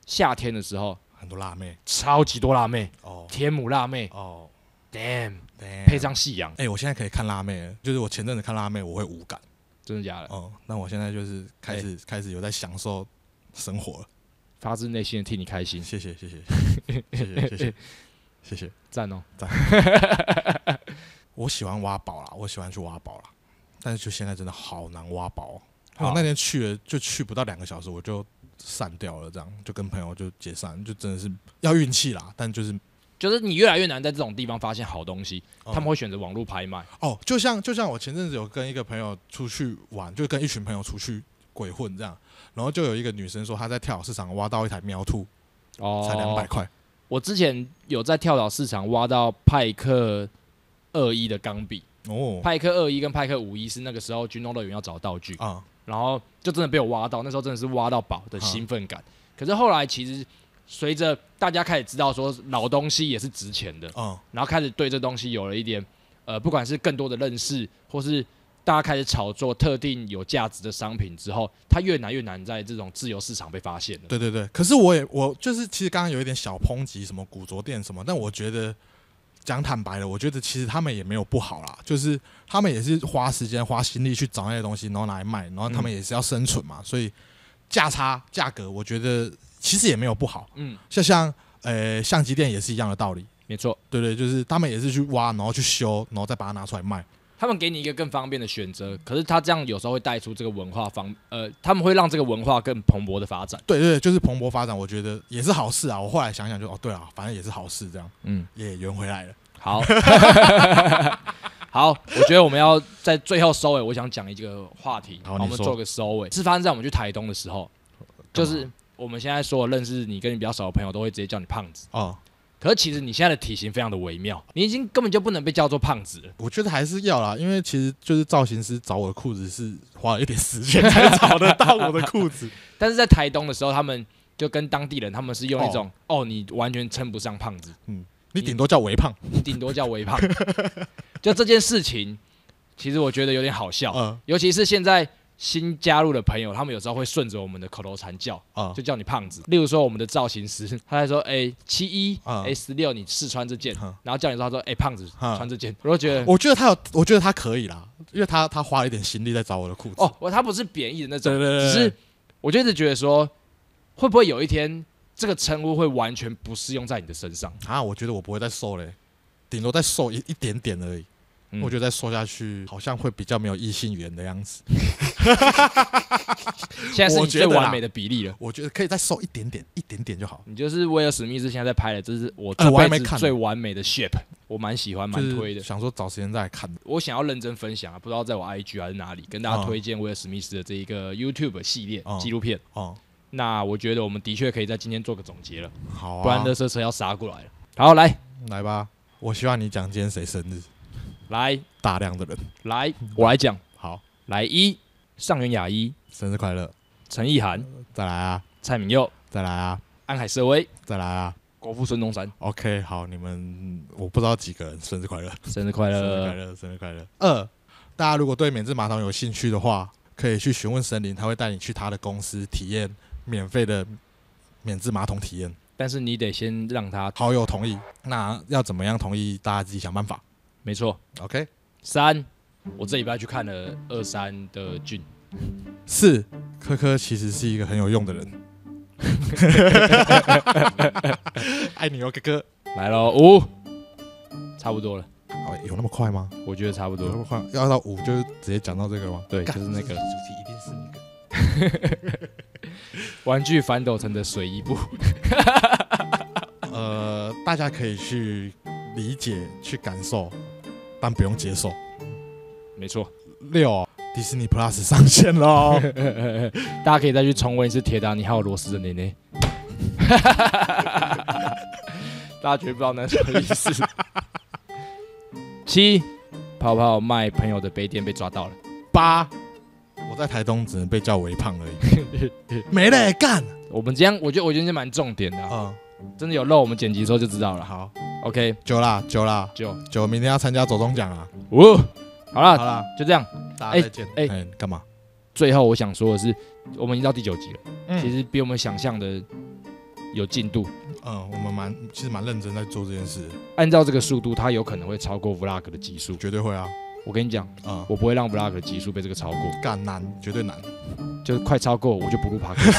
夏天的时候很多辣妹， 超级多辣妹哦， 天母辣妹哦 ，damn， 配上夕阳， 我现在可以看辣妹了，就是我前阵子看辣妹我会无感， 真的假的？ 哦，那我现在就是开始有在享受生活了， 发自内心的替你开心， 谢谢， 赞哦， 赞。我喜欢挖宝啦，我喜欢去挖宝啦，但是就现在真的好难挖宝哦。我那天去了，就去不到2个小时，我就散掉了，这样就跟朋友就解散，就真的是要运气啦。但就是你越来越难在这种地方发现好东西，他们会选择网络拍卖。 哦，就像我前阵子有跟一个朋友出去玩，就跟一群朋友出去鬼混这样，然后就有一个女生说她在跳蚤市场挖到一台喵兔，才200块。 我之前有在跳蚤市场挖到派克21的钢笔，派克21跟派克51是那个时候军中乐园要找道具啊，然后就真的被我挖到，那时候真的是挖到宝的兴奋感。可是后来其实随着大家开始知道说老东西也是值钱的，然后开始对这东西有了一点不管是更多的认识，或是大家开始炒作特定有价值的商品之后，它越难在这种自由市场被发现了。 对，可是我就是其实刚刚有一点小抨击什么古着店什么，但我觉得讲坦白了，我觉得其实他们也没有不好啦，就是他们也是花时间花心力去找那些东西，然后拿来卖，然后他们也是要生存嘛，所以价格我觉得其实也没有不好。像相机店也是一样的道理。 没错， 对，就是他们也是去挖，然后去修，然后再把它拿出来卖。 他们给你一个更方便的选择，可是他这样有时候会带出这个文化他们会让这个文化更蓬勃的发展。 对，就是蓬勃发展，我觉得也是好事啊。我后来想想就对啊，反正也是好事，这样，也圆回来了。 好，好，我觉得我们要在最后收尾，我想讲一个话题，我们做个收尾。是发生在我们去台东的时候，就是我们现在所有认识你跟你比较熟的朋友都会直接叫你胖子哦。可是其实你现在的体型非常的微妙，你已经根本就不能被叫做胖子了。 我觉得还是要啦，因为其实就是造型师找我的裤子是花了一点时间才找得到我的裤子。 但是在台东的时候，他们就跟当地人，他们是用一种你完全称不上胖子， 你顶多叫微胖， 就这件事情，其实我觉得有点好笑，尤其是现在新加入的朋友，他们有时候会顺着我们的口头禅叫，就叫你胖子。例如说我们的造型师，他在说71 16你试穿这件，然后叫你说他说胖子穿这件，我觉得他可以啦，因为他花了一点心力在找我的裤子。 他不是贬义的那种， 对， 只是我就一直觉得说，会不会有一天这个称呼会完全不适用在你的身上啊？我觉得我不会再瘦嘞，顶多再瘦一点点而已。我觉得再瘦下去，好像会比较没有异性缘的样子。 现在是你最完美的比例了。 我觉得可以再瘦一点点就好。 你就是威尔史密斯现在在拍的，这是我这辈子最完美的 shape， 我蛮喜欢，蛮推的。 想说找时间再来看。 我想要认真分享啊，不知道在我 IG 还是哪里，跟大家推荐威尔史密斯的这一个 YouTube 系列纪录片。那我觉得我们的确可以在今天做个总结了。好啊，不然垃圾车要杀过来了。好，来吧，我希望你讲今天谁生日。 来， 大量的人来，我来讲。 好， 来上原雅一生日快乐， 陈意涵再来啊， 蔡敏佑再来啊， 安海瑟薇再来啊， 国父孙中山。 OK， 好，你们我不知道几个人，生日快乐， 生日快乐， 生日快乐，生日快乐。大家如果对免治马桶有兴趣的话，可以去询问森林，他会带你去他的公司体验免费的免治马桶体验。 但是你得先让他好友同意，那要怎么样同意？大家自己想办法。 没错 ，OK。 3，我这礼拜去看了23的剧。 4，科科其实是一个很有用的人。爱你哦，哥哥。 来咯，5，差不多了。 有那么快吗？ 我觉得差不多。 有那么快？要到5就直接讲到这个吗？ 对，就是那个主题一定是那个。 玩具反斗城的水衣布。 大家可以去理解、去感受，但不用接受。 没错。 6，迪士尼 Plus 上线喽！ 大家可以再去重温一次《铁达尼号》罗斯的内内。大家绝对不知道那是什么意思。7，泡泡卖朋友的杯垫被抓到了。 8，我在台东只能被叫微胖而已。没嘞，干！ 我们这样，我觉得这蛮重点的。真的有漏，我们剪辑的时候就知道了。 好 ，OK， 9啦，9，明天要参加走中奖啊！ 好啦，就这样， 大家再见。干嘛？ 最后我想说的是，我们已经到第9集了，其实比我们想象的有进度。 我们其实蛮认真在做这件事。 按照这个速度，它有可能会超过 Vlog 的集数， 绝对会啊！ 我跟你讲，我不会让 Vlog 的集数被这个超过， 干难，绝对难， 就是快超过我就不录 Podcast。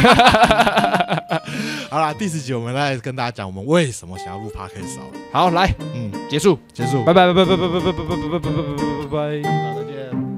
好啦，第10集我们来跟大家讲我们为什么想要录 Podcast 好，来，结束， 拜拜， 拜拜，拜拜，拜拜，拜拜，拜拜，拜拜，拜拜，拜拜， 再见。